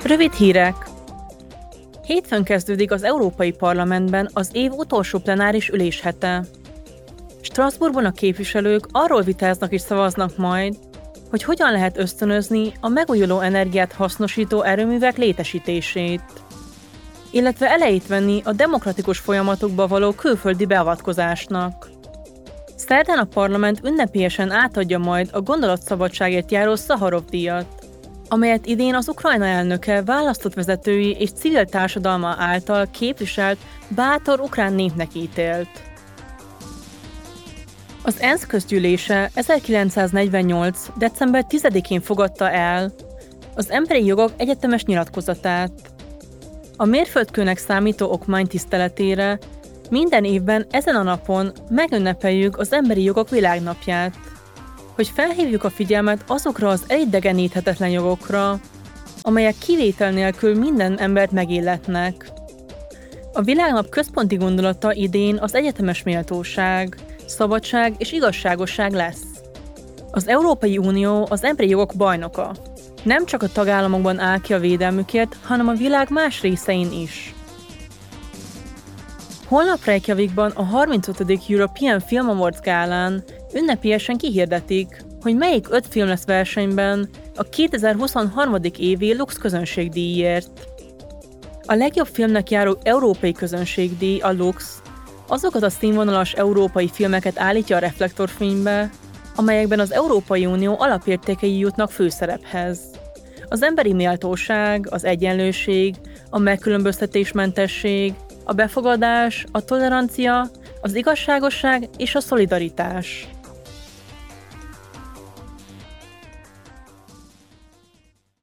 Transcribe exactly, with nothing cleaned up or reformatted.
Rövid hírek! Hétfőn kezdődik az Európai Parlamentben az év utolsó plenáris üléshete. Strasbourgban a képviselők arról vitáznak és szavaznak majd, hogy hogyan lehet ösztönözni a megújuló energiát hasznosító erőművek létesítését, illetve elejét venni a demokratikus folyamatokba való külföldi beavatkozásnak. Szerdán a parlament ünnepélyesen átadja majd a gondolatszabadságért járó Szaharov-díjat, amelyet idén az Ukrajna elnöke választott vezetői és civil társadalma által képviselt bátor ukrán népnek ítélt. Az ENSZ közgyűlése ezerkilencszáznegyvennyolc. december tizedikén fogadta el az emberi jogok egyetemes nyilatkozatát. A mérföldkőnek számító okmány tiszteletére minden évben ezen a napon megünnepeljük az Emberi Jogok Világnapját, hogy felhívjuk a figyelmet azokra az elidegeníthetetlen jogokra, amelyek kivétel nélkül minden embert megilletnek. A világnap központi gondolata idén az egyetemes méltóság, szabadság és igazságosság lesz. Az Európai Unió az emberi jogok bajnoka. Nem csak a tagállamokban áll ki a védelmükért, hanem a világ más részein is. Holnap Reykjavikban a harmincötödik European Film Awards gálán ünnepélyesen kihirdetik, hogy melyik öt film lesz versenyben a kétezer-huszonhárom. évi Lux közönségdíjért. A legjobb filmnek járó európai közönségdíj, a Lux, azokat a színvonalas európai filmeket állítja a reflektorfénybe, amelyekben az Európai Unió alapértékei jutnak főszerephez. Az emberi méltóság, az egyenlőség, a megkülönböztetésmentesség, a befogadás, a tolerancia, az igazságosság és a szolidaritás.